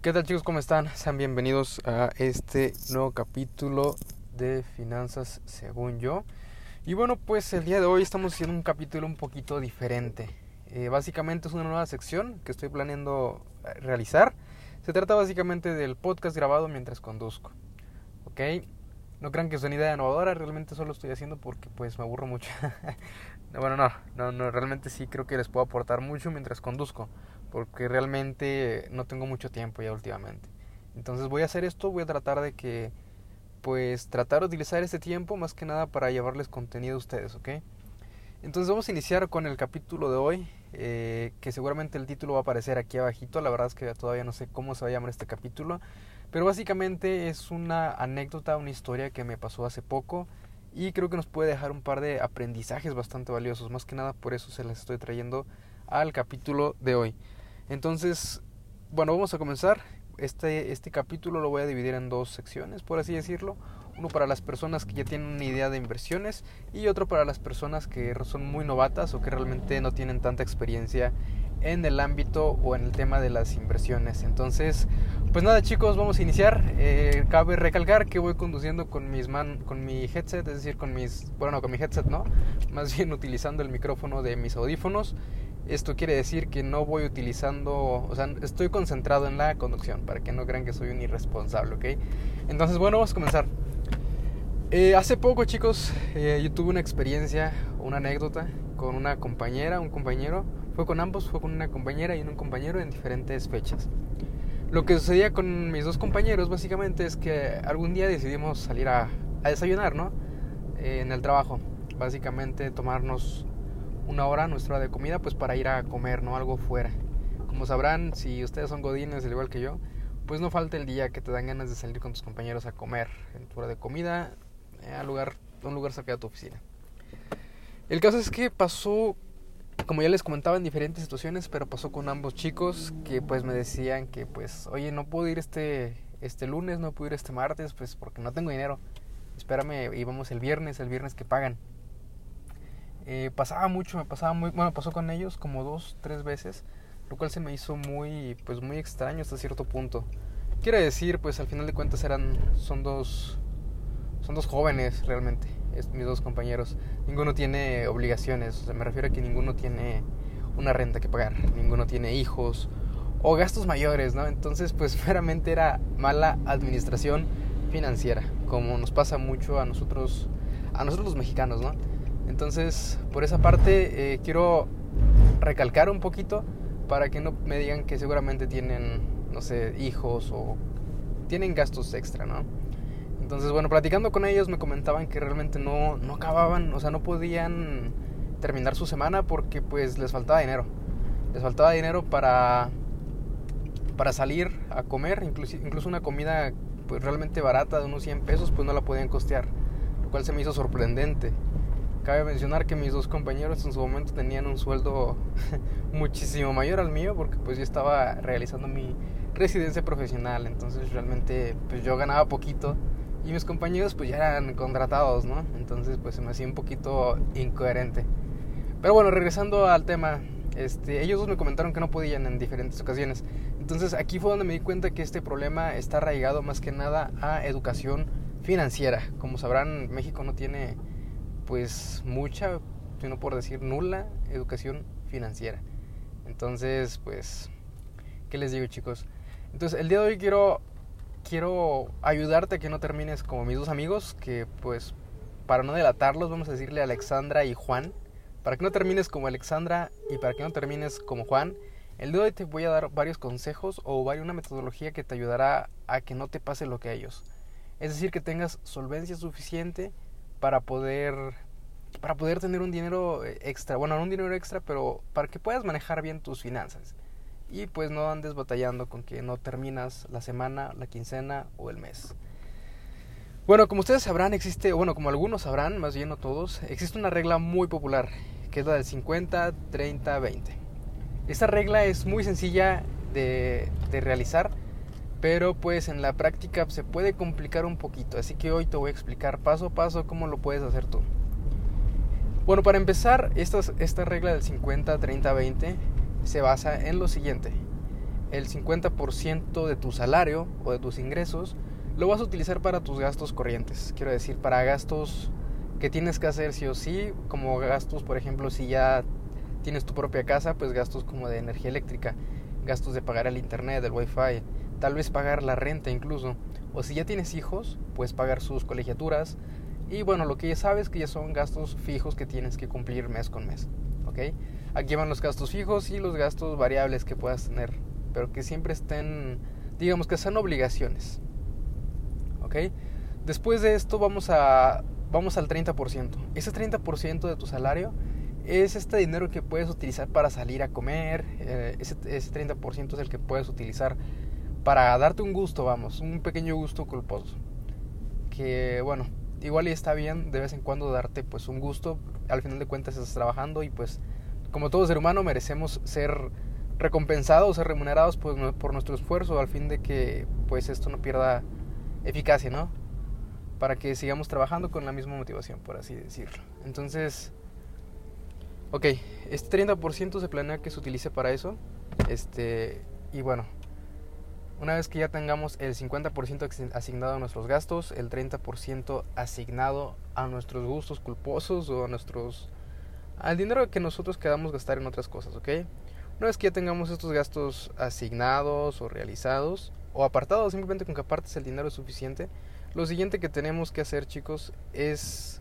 ¿Qué tal, chicos? ¿Cómo están? Sean bienvenidos a este nuevo capítulo de Finanzas según yo. Y bueno, pues el día de hoy estamos haciendo un capítulo un poquito diferente. Básicamente es una nueva sección que estoy planeando realizar. Se trata básicamente del podcast grabado mientras conduzco. ¿Ok? No crean que es una idea innovadora, realmente solo estoy haciendo porque pues me aburro mucho. Bueno, no, realmente sí creo que les puedo aportar mucho mientras conduzco, porque realmente no tengo mucho tiempo ya últimamente. Entonces voy a hacer esto, voy a tratar de utilizar este tiempo más que nada para llevarles contenido a ustedes, ¿ok? Entonces vamos a iniciar con el capítulo de hoy, que seguramente el título va a aparecer aquí abajito. La verdad es que todavía no sé cómo se va a llamar este capítulo, pero básicamente es una anécdota, una historia que me pasó hace poco y creo que nos puede dejar un par de aprendizajes bastante valiosos. Más que nada por eso se las estoy trayendo al capítulo de hoy. Entonces, bueno, vamos a comenzar. Este capítulo lo voy a dividir en dos secciones, por así decirlo. Uno para las personas que ya tienen una idea de inversiones y otro para las personas que son muy novatas o que realmente no tienen tanta experiencia en el ámbito o en el tema de las inversiones. Entonces, pues nada, chicos, vamos a iniciar. Cabe recalcar que voy conduciendo con mi headset, es decir, con mi headset no, más bien utilizando el micrófono de mis audífonos. Esto quiere decir que no voy utilizando, o sea, estoy concentrado en la conducción para que no crean que soy un irresponsable, ¿ok? Entonces, bueno, vamos a comenzar. Hace poco, chicos, yo tuve una experiencia, una anécdota con una compañera, un compañero. Fue con ambos, fue con una compañera y un compañero en diferentes fechas. Lo que sucedía con mis dos compañeros básicamente es que algún día decidimos salir a desayunar, ¿no? En el trabajo. Básicamente tomarnos una hora, nuestra hora de comida, pues para ir a comer, ¿no? Algo fuera. Como sabrán, si ustedes son godines al igual que yo, pues no falta el día que te dan ganas de salir con tus compañeros a comer en tu hora de comida, a un lugar cerca de tu oficina. El caso es que pasó, como ya les comentaba, en diferentes situaciones, pero pasó con ambos chicos que pues me decían que pues, oye, no puedo ir este lunes, no puedo ir este martes, pues porque no tengo dinero. Espérame, íbamos el viernes que pagan. Pasó con ellos como 2-3 veces, lo cual se me hizo muy extraño hasta cierto punto. Quiero decir, pues al final de cuentas son dos jóvenes realmente, mis dos compañeros. Ninguno tiene obligaciones, o sea, me refiero a que ninguno tiene una renta que pagar, ninguno tiene hijos o gastos mayores, ¿no? Entonces, pues meramente era mala administración financiera, como nos pasa mucho a nosotros los mexicanos, ¿no? Entonces, por esa parte, quiero recalcar un poquito para que no me digan que seguramente tienen, no sé, hijos o tienen gastos extra, ¿no? Entonces, bueno, platicando con ellos me comentaban que realmente no acababan, o sea, no podían terminar su semana porque pues les faltaba dinero. Les faltaba dinero para salir a comer, incluso una comida pues realmente barata de unos 100 pesos, pues no la podían costear, lo cual se me hizo sorprendente. Cabe mencionar que mis dos compañeros en su momento tenían un sueldo muchísimo mayor al mío porque pues yo estaba realizando mi residencia profesional, entonces realmente pues yo ganaba poquito y mis compañeros pues ya eran contratados, ¿no? Entonces pues se me hacía un poquito incoherente. Pero bueno, regresando al tema, ellos dos me comentaron que no podían en diferentes ocasiones. Entonces aquí fue donde me di cuenta que este problema está arraigado más que nada a educación financiera. Como sabrán, México no tiene pues mucha, si no por decir nula, educación financiera. Entonces, pues, ¿qué les digo, chicos? Entonces, el día de hoy quiero ayudarte a que no termines como mis dos amigos, que pues, para no delatarlos, vamos a decirle Alexandra y Juan. Para que no termines como Alexandra y para que no termines como Juan, el día de hoy te voy a dar varios consejos o una metodología que te ayudará a que no te pase lo que a ellos. Es decir, que tengas solvencia suficiente para poder tener un dinero extra, bueno, no un dinero extra, pero para que puedas manejar bien tus finanzas y pues no andes batallando con que no terminas la semana, la quincena o el mes. Bueno, como ustedes sabrán, como algunos sabrán, más bien no todos, existe una regla muy popular, que es la del 50-30-20. Esta regla es muy sencilla de realizar, pero pues en la práctica se puede complicar un poquito, así que hoy te voy a explicar paso a paso cómo lo puedes hacer tú. Bueno, para empezar, esta regla del 50-30-20 se basa en lo siguiente. el 50% de tu salario o de tus ingresos lo vas a utilizar para tus gastos corrientes. Quiero decir, para gastos que tienes que hacer sí o sí, como gastos, por ejemplo, si ya tienes tu propia casa, pues gastos como de energía eléctrica, gastos de pagar el internet, el wifi, tal vez pagar la renta incluso. O si ya tienes hijos, pues pagar sus colegiaturas. Y bueno, lo que ya sabes que ya son gastos fijos que tienes que cumplir mes con mes, ¿ok? Aquí van los gastos fijos y los gastos variables que puedas tener, pero que siempre estén, digamos que sean obligaciones, ¿ok? Después de esto vamos al 30%. Ese 30% de tu salario es este dinero que puedes utilizar para salir a comer. Ese 30% es el que puedes utilizar para darte un gusto, un pequeño gusto culposo. Que bueno, igual y está bien de vez en cuando darte pues un gusto. Al final de cuentas estás trabajando y pues como todo ser humano merecemos ser recompensados, ser remunerados pues, por nuestro esfuerzo, al fin de que pues esto no pierda eficacia, ¿no? Para que sigamos trabajando con la misma motivación, por así decirlo. Entonces, ok, este 30% se planea que se utilice para eso. Y bueno, una vez que ya tengamos el 50% asignado a nuestros gastos, el 30% asignado a nuestros gustos culposos o al dinero que nosotros queramos gastar en otras cosas, ¿ok? Una vez que ya tengamos estos gastos asignados o realizados o apartados, simplemente con que apartes el dinero es suficiente, lo siguiente que tenemos que hacer, chicos, es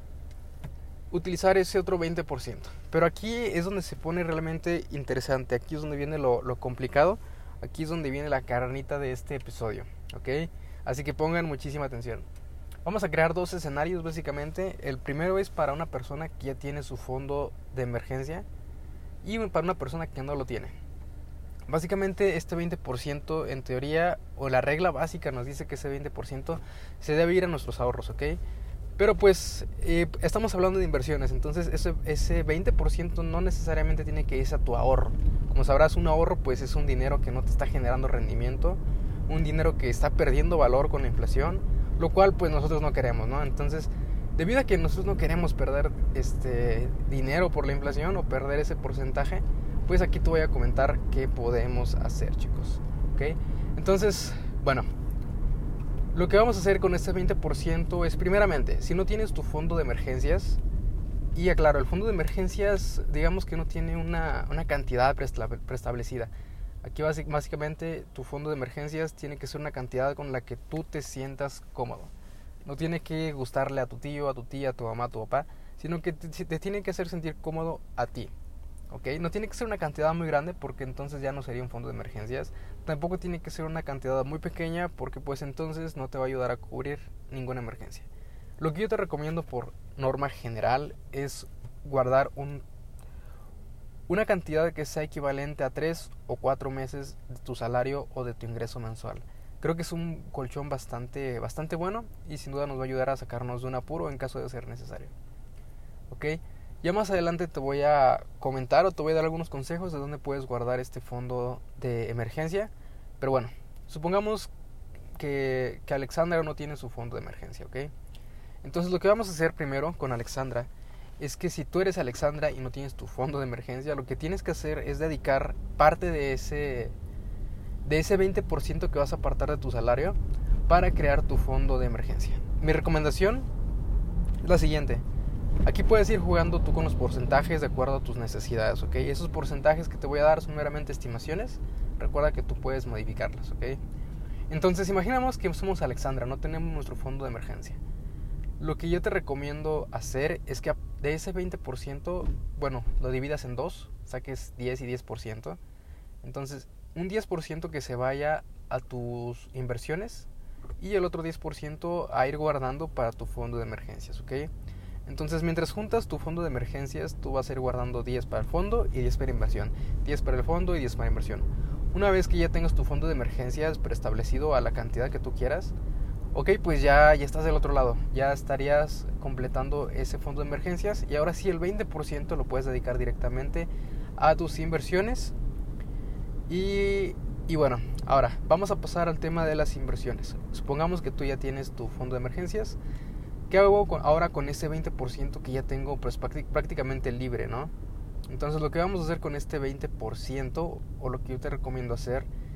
utilizar ese otro 20%. Pero aquí es donde se pone realmente interesante, aquí es donde viene lo complicado, aquí es donde viene la carnita de este episodio, ¿ok? Así que pongan muchísima atención. Vamos a crear 2 escenarios básicamente. El primero es para una persona que ya tiene su fondo de emergencia y para una persona que no lo tiene. Básicamente este 20% en teoría o la regla básica nos dice que ese 20% se debe ir a nuestros ahorros, ¿ok? Pero pues estamos hablando de inversiones, entonces ese 20% no necesariamente tiene que irse a tu ahorro. Como sabrás, un ahorro pues es un dinero que no te está generando rendimiento, un dinero que está perdiendo valor con la inflación, lo cual pues nosotros no queremos, ¿no? Entonces, debido a que nosotros no queremos perder dinero por la inflación o perder ese porcentaje, pues aquí te voy a comentar qué podemos hacer, chicos, ¿ok? Entonces, bueno, lo que vamos a hacer con este 20% es, primeramente, si no tienes tu fondo de emergencias, y aclaro, el fondo de emergencias, digamos que no tiene una cantidad preestablecida. Aquí básicamente tu fondo de emergencias tiene que ser una cantidad con la que tú te sientas cómodo. No tiene que gustarle a tu tío, a tu tía, a tu mamá, a tu papá, sino que te tiene que hacer sentir cómodo a ti, ¿ok? No tiene que ser una cantidad muy grande porque entonces ya no sería un fondo de emergencias. Tampoco tiene que ser una cantidad muy pequeña porque pues entonces no te va a ayudar a cubrir ninguna emergencia. Lo que yo te recomiendo por norma general es guardar una cantidad que sea equivalente a 3 o 4 meses de tu salario o de tu ingreso mensual. Creo que es un colchón bastante bueno y sin duda nos va a ayudar a sacarnos de un apuro en caso de ser necesario. ¿Ok? Ya más adelante te voy a comentar o te voy a dar algunos consejos de dónde puedes guardar este fondo de emergencia. Pero bueno, supongamos que Alexandra no tiene su fondo de emergencia, ¿ok? Entonces lo que vamos a hacer primero con Alexandra es que si tú eres Alexandra y no tienes tu fondo de emergencia, lo que tienes que hacer es dedicar parte de ese 20% que vas a apartar de tu salario para crear tu fondo de emergencia. Mi recomendación es la siguiente. Aquí puedes ir jugando tú con los porcentajes de acuerdo a tus necesidades, ¿ok? Esos porcentajes que te voy a dar son meramente estimaciones. Recuerda que tú puedes modificarlas, ¿ok? Entonces imaginemos que somos Alexandra, no tenemos nuestro fondo de emergencia. Lo que yo te recomiendo hacer es que de ese 20%, bueno, lo dividas en 2, saques 10 y 10%. Entonces, un 10% que se vaya a tus inversiones y el otro 10% a ir guardando para tu fondo de emergencias, ¿ok? Entonces, mientras juntas tu fondo de emergencias, tú vas a ir guardando 10 para el fondo y 10 para inversión. 10 para el fondo y 10 para inversión. Una vez que ya tengas tu fondo de emergencias preestablecido a la cantidad que tú quieras, ok, pues ya estás del otro lado. Ya estarías completando ese fondo de emergencias y ahora sí el 20% lo puedes dedicar directamente a tus inversiones. Y bueno, ahora vamos a pasar al tema de las inversiones. Supongamos que tú ya tienes tu fondo de emergencias. ¿Qué hago ahora con ese 20% que ya tengo pues prácticamente libre, ¿no? Entonces lo que vamos a hacer con este 20% o lo que yo te recomiendo hacer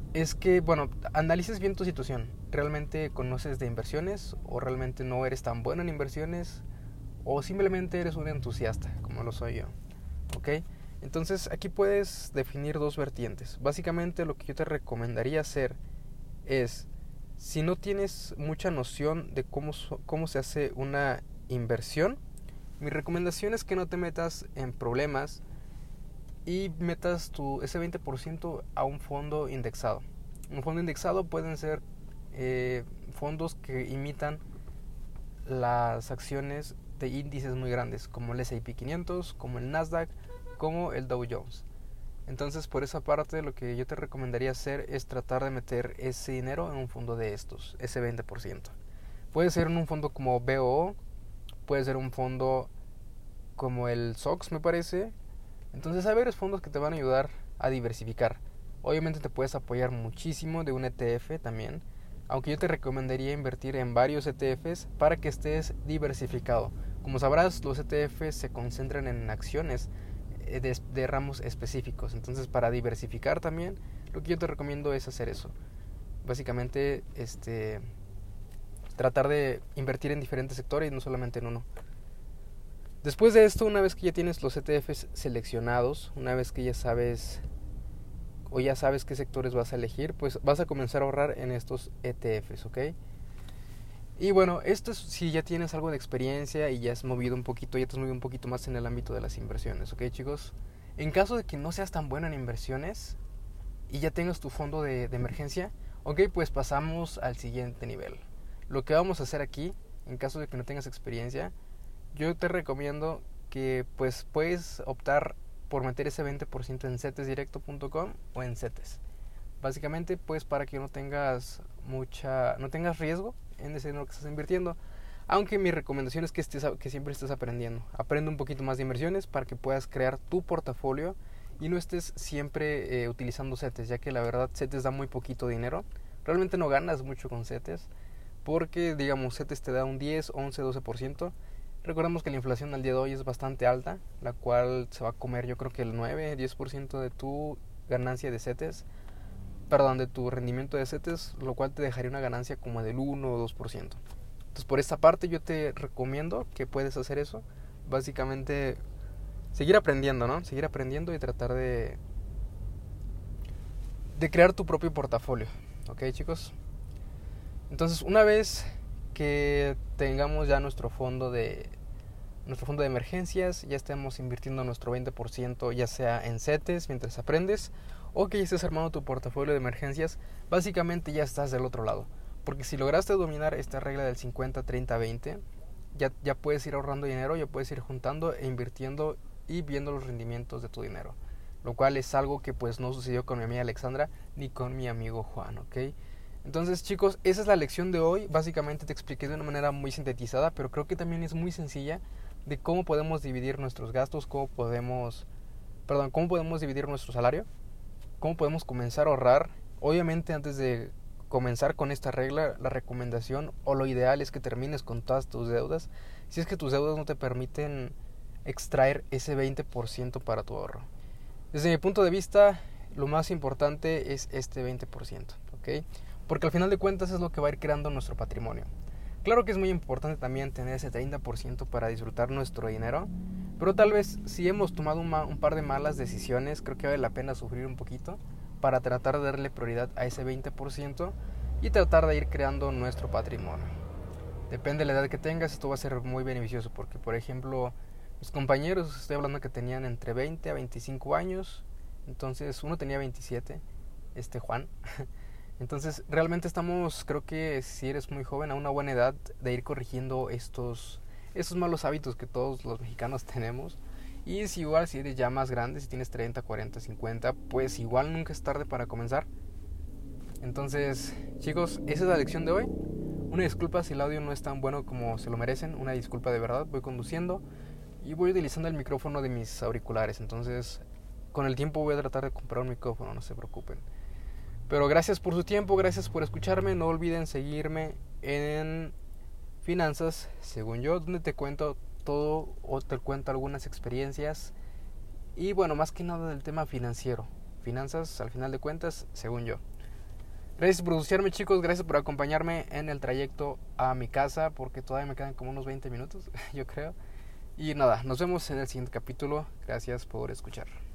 es que, bueno, analices bien tu situación. ¿Realmente conoces de inversiones o realmente no eres tan bueno en inversiones o simplemente eres un entusiasta, como lo soy yo? ¿Ok? Entonces aquí puedes definir dos vertientes. Básicamente lo que yo te recomendaría hacer es, si no tienes mucha noción de cómo se hace una inversión, mi recomendación es que no te metas en problemas y metas ese 20% a un fondo indexado. Un fondo indexado pueden ser fondos que imitan las acciones de índices muy grandes, como el S&P 500, como el Nasdaq, como el Dow Jones. Entonces, por esa parte, lo que yo te recomendaría hacer es tratar de meter ese dinero en un fondo de estos, ese 20%. Puede ser en un fondo como BOO, puede ser un fondo como el SOX, me parece. Entonces hay varios fondos que te van a ayudar a diversificar. Obviamente te puedes apoyar muchísimo de un ETF también, aunque yo te recomendaría invertir en varios ETFs para que estés diversificado. Como sabrás, los ETFs se concentran en acciones de ramos específicos. Entonces, para diversificar también, lo que yo te recomiendo es hacer eso. Básicamente, tratar de invertir en diferentes sectores y no solamente en uno. Después de esto, una vez que ya tienes los ETFs seleccionados, una vez que ya sabes qué sectores vas a elegir, pues vas a comenzar a ahorrar en estos ETFs, ¿ok? Y bueno, esto es si ya tienes algo de experiencia y ya te has movido un poquito más en el ámbito de las inversiones, ¿ok, chicos? En caso de que no seas tan bueno en inversiones y ya tengas tu fondo de emergencia, ok, pues pasamos al siguiente nivel. Lo que vamos a hacer aquí, en caso de que no tengas experiencia, yo te recomiendo que pues puedes optar por meter ese 20% en cetesdirecto.com o en CETES. Básicamente pues para que no tengas riesgo en ese dinero que estás invirtiendo. Aunque mi recomendación es que siempre estés aprendiendo. Aprende un poquito más de inversiones para que puedas crear tu portafolio y no estés siempre utilizando CETES, ya que la verdad CETES da muy poquito dinero. Realmente no ganas mucho con CETES porque, digamos, CETES te da un 10, 11, 12%. Recordemos que la inflación al día de hoy es bastante alta, la cual se va a comer yo creo que el 9, 10% de tu ganancia de CETES. Perdón, de tu rendimiento de CETES, lo cual te dejaría una ganancia como del 1 o 2%. Entonces, por esta parte yo te recomiendo que puedes hacer eso. Básicamente, seguir aprendiendo, ¿no? Seguir aprendiendo y tratar de crear tu propio portafolio. ¿Ok, chicos? Entonces, una vez que tengamos ya nuestro fondo de emergencias, ya estemos invirtiendo nuestro 20%, ya sea en CETES mientras aprendes, o que ya estés armando tu portafolio de emergencias, básicamente ya estás del otro lado. Porque si lograste dominar esta regla del 50, 30, 20, ya puedes ir ahorrando dinero, ya puedes ir juntando e invirtiendo y viendo los rendimientos de tu dinero. Lo cual es algo que pues no sucedió con mi amiga Alexandra ni con mi amigo Juan, ¿ok? Entonces, chicos, esa es la lección de hoy. Básicamente te expliqué de una manera muy sintetizada, pero creo que también es muy sencilla de cómo podemos dividir nuestros gastos, cómo podemos dividir nuestro salario, cómo podemos comenzar a ahorrar. Obviamente, antes de comenzar con esta regla, la recomendación o lo ideal es que termines con todas tus deudas, si es que tus deudas no te permiten extraer ese 20% para tu ahorro. Desde mi punto de vista, lo más importante es este 20%, ¿ok? Porque al final de cuentas es lo que va a ir creando nuestro patrimonio. Claro que es muy importante también tener ese 30% para disfrutar nuestro dinero, pero tal vez si hemos tomado un par de malas decisiones, creo que vale la pena sufrir un poquito para tratar de darle prioridad a ese 20% y tratar de ir creando nuestro patrimonio. Depende de la edad que tengas, esto va a ser muy beneficioso porque, por ejemplo, mis compañeros, estoy hablando que tenían entre 20 a 25 años, entonces uno tenía 27, Juan. Entonces, realmente estamos, creo que si eres muy joven, a una buena edad de ir corrigiendo esos malos hábitos que todos los mexicanos tenemos. Y si eres ya más grande, si tienes 30, 40, 50, pues igual nunca es tarde para comenzar. Entonces, chicos, esa es la lección de hoy. Una disculpa si el audio no es tan bueno como se lo merecen, una disculpa de verdad. Voy conduciendo y voy utilizando el micrófono de mis auriculares. Entonces, con el tiempo voy a tratar de comprar un micrófono, no se preocupen. Pero gracias por su tiempo, gracias por escucharme. No olviden seguirme en Finanzas, según yo, donde te cuento todo o te cuento algunas experiencias. Y bueno, más que nada del tema financiero. Finanzas, al final de cuentas, según yo. Gracias por escucharme, chicos. Gracias por acompañarme en el trayecto a mi casa, porque todavía me quedan como unos 20 minutos, yo creo. Y nada, nos vemos en el siguiente capítulo. Gracias por escuchar.